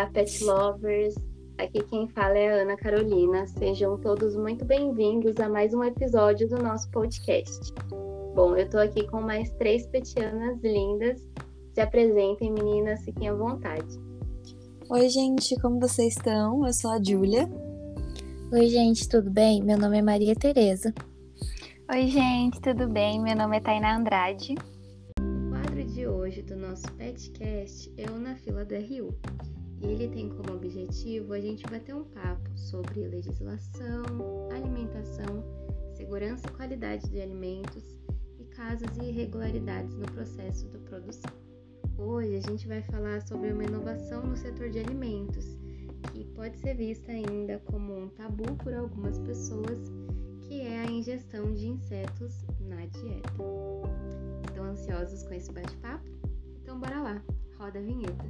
Olá, pet lovers! Aqui quem fala é a Ana Carolina. Sejam todos muito bem-vindos a mais um episódio do nosso podcast. Bom, eu tô aqui com mais 3 petianas lindas. Se apresentem, meninas, fiquem à vontade. Oi, gente, como vocês estão? Eu sou a Júlia. Oi, gente, tudo bem? Meu nome é Maria Tereza. Oi, gente, tudo bem? Meu nome é Tainá Andrade. O quadro de hoje do nosso podcast é o Na Fila do RU. E ele tem como objetivo a gente bater um papo sobre legislação, alimentação, segurança e qualidade de alimentos e casos de irregularidades no processo de produção. Hoje a gente vai falar sobre uma inovação no setor de alimentos, que pode ser vista ainda como um tabu por algumas pessoas, que é a ingestão de insetos na dieta. Estão ansiosos com esse bate-papo? Então bora lá, roda a vinheta.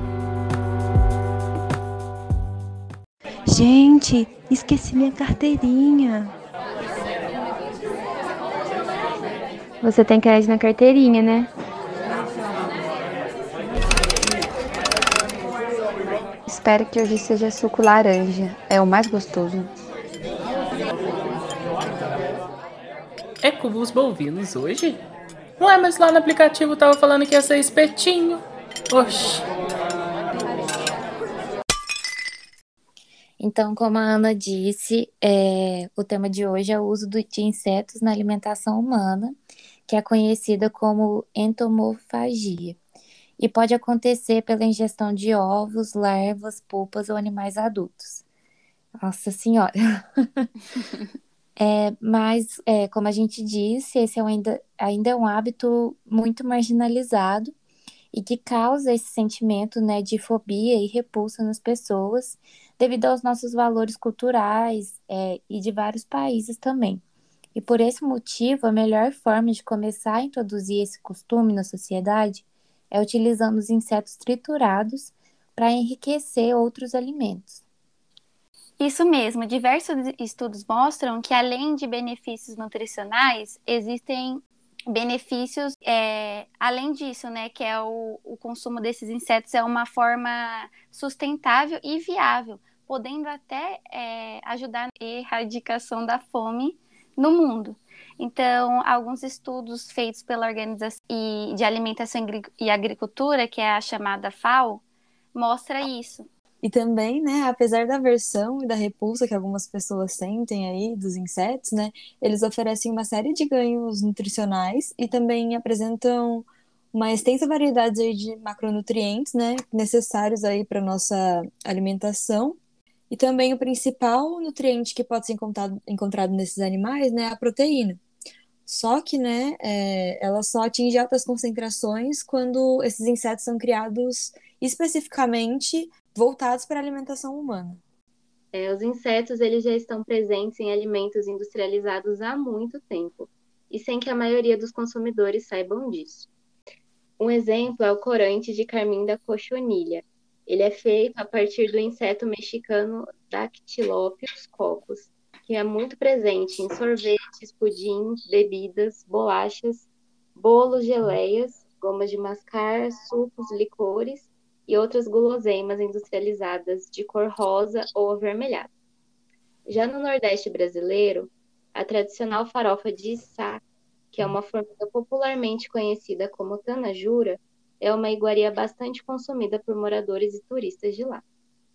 Gente, esqueci minha carteirinha. Você tem crédito na carteirinha, né? Espero que hoje seja suco laranja. É o mais gostoso. É cubos bovinos hoje? Ué, mas lá no aplicativo tava falando que ia ser espetinho. Oxi. Então, como a Ana disse, o tema de hoje é o uso de insetos na alimentação humana, que é conhecida como entomofagia, e pode acontecer pela ingestão de ovos, larvas, pupas ou animais adultos. Nossa Senhora! Mas, como a gente disse, esse ainda é um hábito muito marginalizado e que causa esse sentimento, né, de fobia e repulsa nas pessoas, devido aos nossos valores culturais e de vários países também. E por esse motivo, a melhor forma de começar a introduzir esse costume na sociedade é utilizando os insetos triturados para enriquecer outros alimentos. Isso mesmo, diversos estudos mostram que além de benefícios nutricionais, existem benefícios, além disso, né, que é o consumo desses insetos é uma forma sustentável e viável, podendo até ajudar na erradicação da fome no mundo. Então, alguns estudos feitos pela Organização de Alimentação e Agricultura, que é a chamada FAO, mostra isso. E também, né, apesar da aversão e da repulsa que algumas pessoas sentem aí dos insetos, né, eles oferecem uma série de ganhos nutricionais e também apresentam uma extensa variedade aí de macronutrientes, né, necessários aí para nossa alimentação. E também o principal nutriente que pode ser encontrado nesses animais, né, é a proteína. Só que, né, ela só atinge altas concentrações quando esses insetos são criados especificamente voltados para a alimentação humana. Os insetos eles já estão presentes em alimentos industrializados há muito tempo, e sem que a maioria dos consumidores saibam disso. Um exemplo é o corante de carmim da cochonilha. Ele é feito a partir do inseto mexicano Dactylopius coccus, que é muito presente em sorvetes, pudins, bebidas, bolachas, bolos, geleias, gomas de mascar, sucos, licores e outras guloseimas industrializadas de cor rosa ou avermelhada. Já no Nordeste brasileiro, a tradicional farofa de içá, que é uma formiga popularmente conhecida como tanajura, é uma iguaria bastante consumida por moradores e turistas de lá.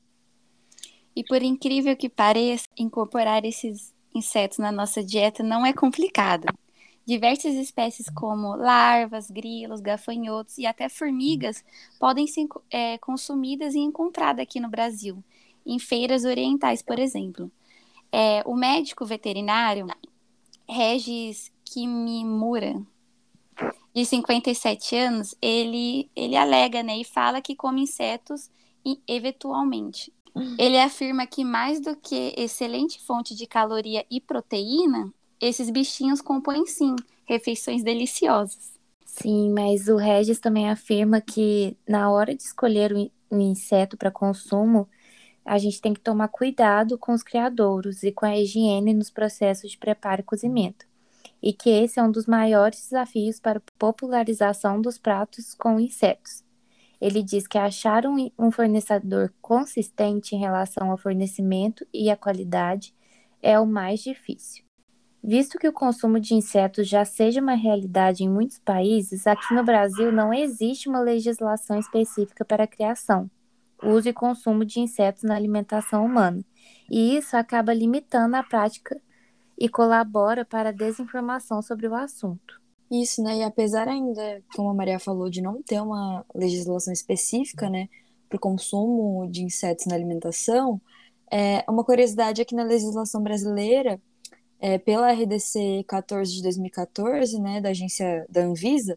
E por incrível que pareça, incorporar esses insetos na nossa dieta não é complicado. Diversas espécies como larvas, grilos, gafanhotos e até formigas podem ser consumidas e encontradas aqui no Brasil, em feiras orientais, por exemplo. O médico veterinário Regis Kimimura, de 57 anos, ele alega, né, e fala que come insetos eventualmente. Ele afirma que mais do que excelente fonte de caloria e proteína, esses bichinhos compõem, sim, refeições deliciosas. Sim, mas o Regis também afirma que na hora de escolher o inseto para consumo, a gente tem que tomar cuidado com os criadouros e com a higiene nos processos de preparo e cozimento. E que esse é um dos maiores desafios para a popularização dos pratos com insetos. Ele diz que achar um fornecedor consistente em relação ao fornecimento e à qualidade é o mais difícil. Visto que o consumo de insetos já seja uma realidade em muitos países, aqui no Brasil não existe uma legislação específica para a criação, uso e consumo de insetos na alimentação humana, e isso acaba limitando a prática e colabora para a desinformação sobre o assunto. Isso, né? E apesar ainda, como a Maria falou, de não ter uma legislação específica, né, para o consumo de insetos na alimentação, uma curiosidade é que na legislação brasileira, pela RDC 14 de 2014, né, da agência da Anvisa,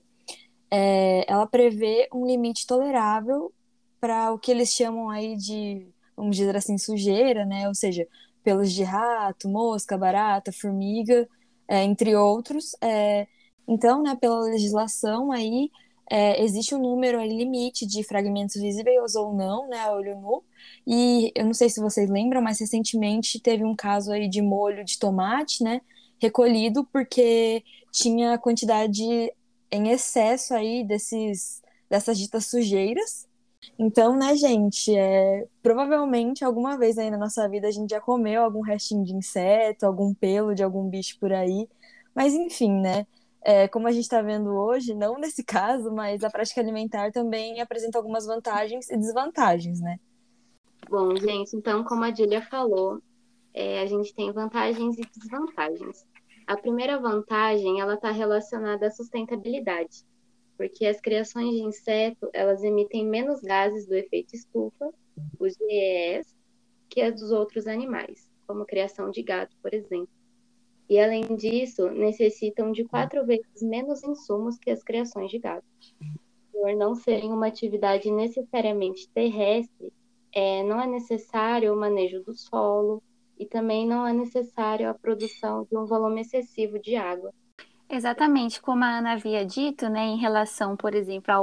ela prevê um limite tolerável para o que eles chamam aí de, vamos dizer assim, sujeira, né? Ou seja, pelos de rato, mosca, barata, formiga, entre outros. Então, né, pela legislação aí, existe um número aí, limite de fragmentos visíveis ou não, né, a olho nu. E eu não sei se vocês lembram, mas recentemente teve um caso aí de molho de tomate, né, recolhido porque tinha quantidade em excesso aí dessas ditas sujeiras. Então, né, gente, provavelmente alguma vez aí na nossa vida a gente já comeu algum restinho de inseto, algum pelo de algum bicho por aí. Mas enfim, né? Como a gente está vendo hoje, não nesse caso, mas a prática alimentar também apresenta algumas vantagens e desvantagens, né? Bom, gente, então, como a Júlia falou, a gente tem vantagens e desvantagens. A primeira vantagem, ela está relacionada à sustentabilidade, porque as criações de inseto, elas emitem menos gases do efeito estufa, os GES, que as dos outros animais, como criação de gado, por exemplo. E, além disso, necessitam de 4 vezes menos insumos que as criações de gado. Por não serem uma atividade necessariamente terrestre, não é necessário o manejo do solo e também não é necessário a produção de um volume excessivo de água. Exatamente, como a Ana havia dito, né, em relação, por exemplo,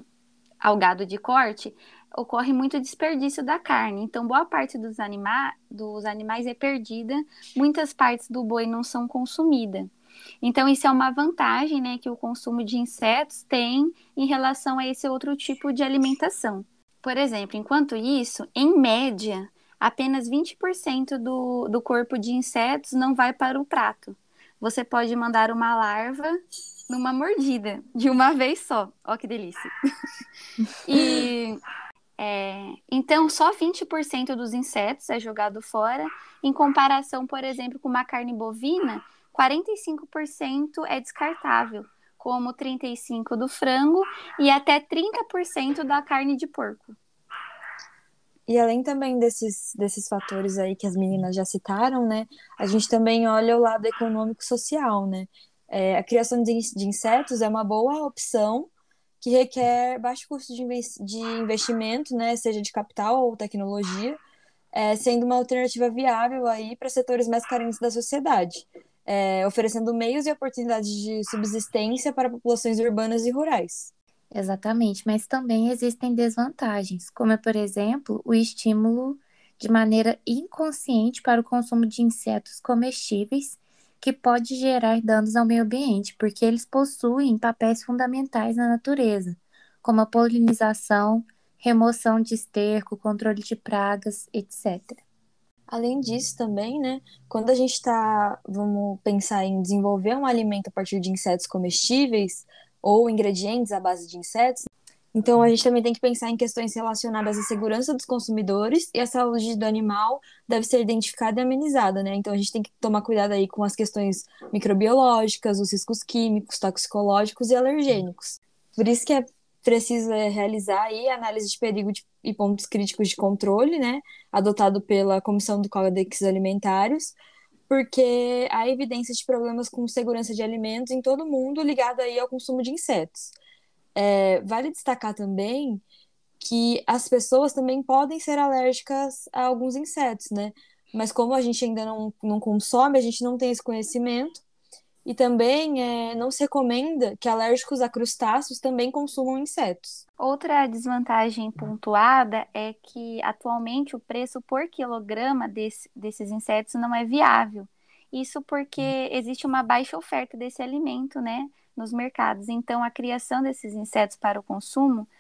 ao gado de corte, ocorre muito desperdício da carne. Então, boa parte dos animais é perdida, muitas partes do boi não são consumidas. Então, isso é uma vantagem, né, que o consumo de insetos tem em relação a esse outro tipo de alimentação. Por exemplo, enquanto isso, em média, apenas 20% do corpo de insetos não vai para o prato. Você pode mandar uma larva numa mordida, de uma vez só. Ó, que delícia! Então, só 20% dos insetos é jogado fora, em comparação, por exemplo, com uma carne bovina, 45% é descartável, como 35% do frango e até 30% da carne de porco. E além também desses fatores aí que as meninas já citaram, né, a gente também olha o lado econômico-social, né? A criação de insetos é uma boa opção que requer baixo custo de investimento, né, seja de capital ou tecnologia, sendo uma alternativa viável aí para setores mais carentes da sociedade, oferecendo meios e oportunidades de subsistência para populações urbanas e rurais. Exatamente, mas também existem desvantagens, como, por exemplo, o estímulo de maneira inconsciente para o consumo de insetos comestíveis, que pode gerar danos ao meio ambiente, porque eles possuem papéis fundamentais na natureza, como a polinização, remoção de esterco, controle de pragas, etc. Além disso, também, né, quando a gente vamos pensar em desenvolver um alimento a partir de insetos comestíveis ou ingredientes à base de insetos, então a gente também tem que pensar em questões relacionadas à segurança dos consumidores e a saúde do animal deve ser identificada e amenizada, né? Então a gente tem que tomar cuidado aí com as questões microbiológicas, os riscos químicos, toxicológicos e alergênicos. Por isso que é preciso realizar aí análise de perigo e pontos críticos de controle, né? Adotado pela Comissão do Códex Alimentários, porque há evidência de problemas com segurança de alimentos em todo o mundo ligado aí ao consumo de insetos. Vale destacar também que as pessoas também podem ser alérgicas a alguns insetos, né? Mas como a gente ainda não consome, a gente não tem esse conhecimento. E também não se recomenda que alérgicos a crustáceos também consumam insetos. Outra desvantagem pontuada é que atualmente o preço por quilograma desses insetos não é viável. Isso porque existe uma baixa oferta desse alimento, né, nos mercados. Então, a criação desses insetos para o consumo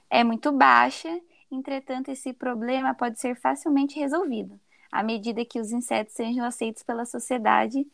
é muito baixa, entretanto, esse problema pode ser facilmente resolvido, à medida que os insetos sejam aceitos pela sociedade.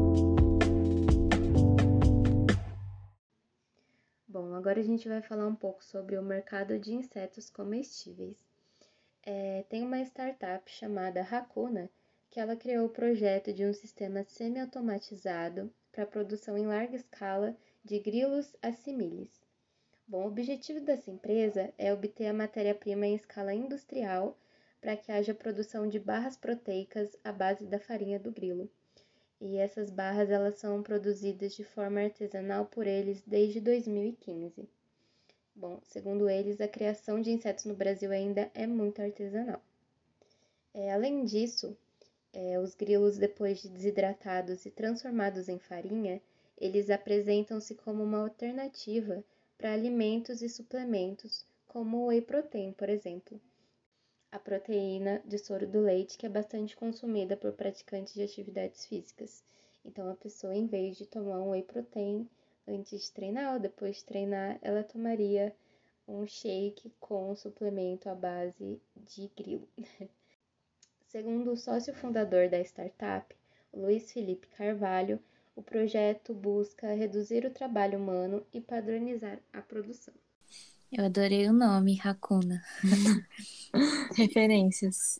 Bom, agora a gente vai falar um pouco sobre o mercado de insetos comestíveis. Tem uma startup chamada Hakuna, que ela criou o projeto de um sistema semi-automatizado para a produção em larga escala de grilos assimilis. Bom, o objetivo dessa empresa é obter a matéria-prima em escala industrial para que haja produção de barras proteicas à base da farinha do grilo. E essas barras elas são produzidas de forma artesanal por eles desde 2015. Bom, segundo eles, a criação de insetos no Brasil ainda é muito artesanal. Além disso, os grilos, depois de desidratados e transformados em farinha, eles apresentam-se como uma alternativa para alimentos e suplementos, como o whey protein, por exemplo. A proteína de soro do leite, que é bastante consumida por praticantes de atividades físicas. Então, a pessoa, em vez de tomar um whey protein antes de treinar ou depois de treinar, ela tomaria um shake com suplemento à base de grilo. Segundo o sócio fundador da startup, Luiz Felipe Carvalho, o projeto busca reduzir o trabalho humano e padronizar a produção. Eu adorei o nome, Hakuna. Referências.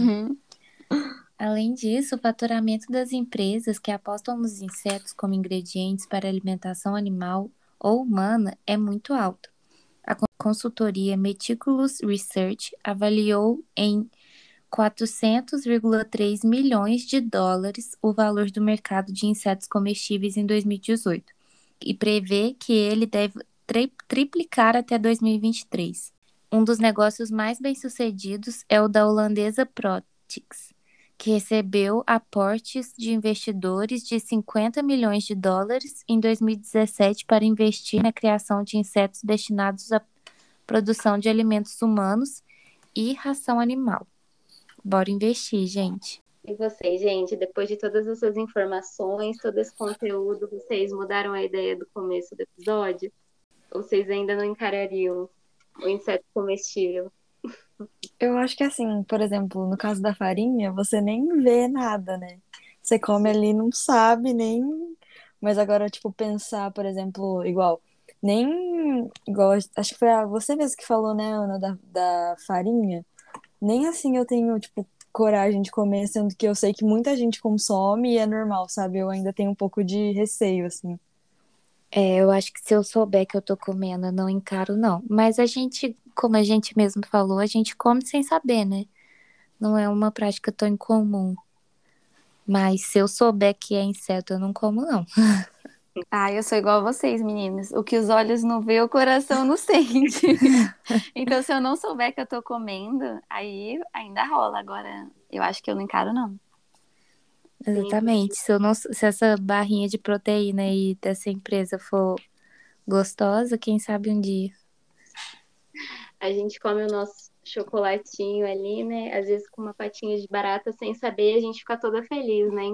Além disso, o faturamento das empresas que apostam nos insetos como ingredientes para alimentação animal ou humana é muito alto. A consultoria Meticulous Research avaliou em 400,3 milhões de dólares o valor do mercado de insetos comestíveis em 2018 e prevê que ele deve triplicar até 2023. Um dos negócios mais bem-sucedidos é o da holandesa Protix, que recebeu aportes de investidores de 50 milhões de dólares em 2017 para investir na criação de insetos destinados à produção de alimentos humanos e ração animal. Bora investir, gente. E vocês, gente, depois de todas essas informações, todo esse conteúdo, vocês mudaram a ideia do começo do episódio? Ou vocês ainda não encarariam o inseto comestível? Eu acho que assim, por exemplo, no caso da farinha, você nem vê nada, né? Você come ali e não sabe nem. Mas agora, tipo, pensar, por exemplo, igual, acho que foi você mesmo que falou, né, Ana, da farinha. Nem assim eu tenho, tipo, coragem de comer, sendo que eu sei que muita gente consome e é normal, sabe? Eu ainda tenho um pouco de receio, assim. Eu acho que se eu souber que eu tô comendo, eu não encaro, não. Mas a gente, como a gente mesmo falou, a gente come sem saber, né? Não é uma prática tão incomum. Mas se eu souber que é inseto, eu não como, não. Eu sou igual a vocês, meninas. O que os olhos não vê, o coração não sente. Então, se eu não souber que eu tô comendo, aí ainda rola. Agora, eu acho que eu não encaro, não. Exatamente. Se essa barrinha de proteína aí dessa empresa for gostosa, quem sabe um dia. A gente come o nosso chocolatinho ali, né? Às vezes com uma patinha de barata sem saber, a gente fica toda feliz, né?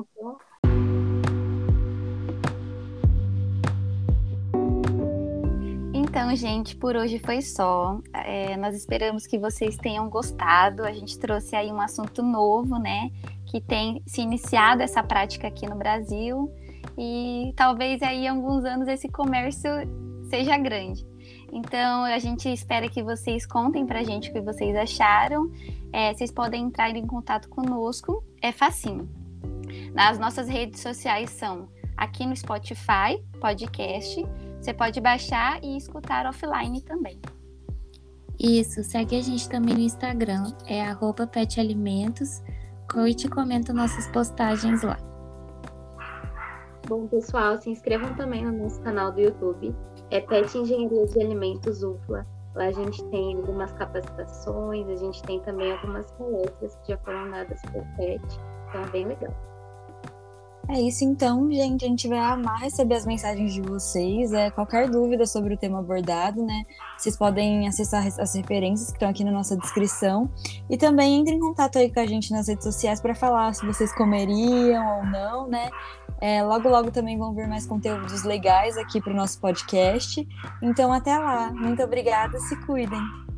Então, gente, por hoje foi só. Nós esperamos que vocês tenham gostado. A gente trouxe aí um assunto novo, né? Que tem se iniciado essa prática aqui no Brasil. E talvez aí em alguns anos esse comércio seja grande. Então, a gente espera que vocês contem pra gente o que vocês acharam. Vocês podem entrar em contato conosco. É facinho. As nossas redes sociais são aqui no Spotify, podcast. Você pode baixar e escutar offline também. Isso, segue a gente também no Instagram, é @petalimentos. Curte e comenta nossas postagens lá. Bom, pessoal, se inscrevam também no nosso canal do YouTube. É Pet Engenharia de Alimentos UFLA. Lá a gente tem algumas capacitações, a gente tem também algumas palestras que já foram dadas por Pet. Então é bem legal. É isso então, gente. A gente vai amar receber as mensagens de vocês. Qualquer dúvida sobre o tema abordado, né? Vocês podem acessar as referências que estão aqui na nossa descrição. E também entre em contato aí com a gente nas redes sociais para falar se vocês comeriam ou não, né? Logo, logo também vão vir mais conteúdos legais aqui para o nosso podcast. Então, até lá. Muito obrigada. Se cuidem.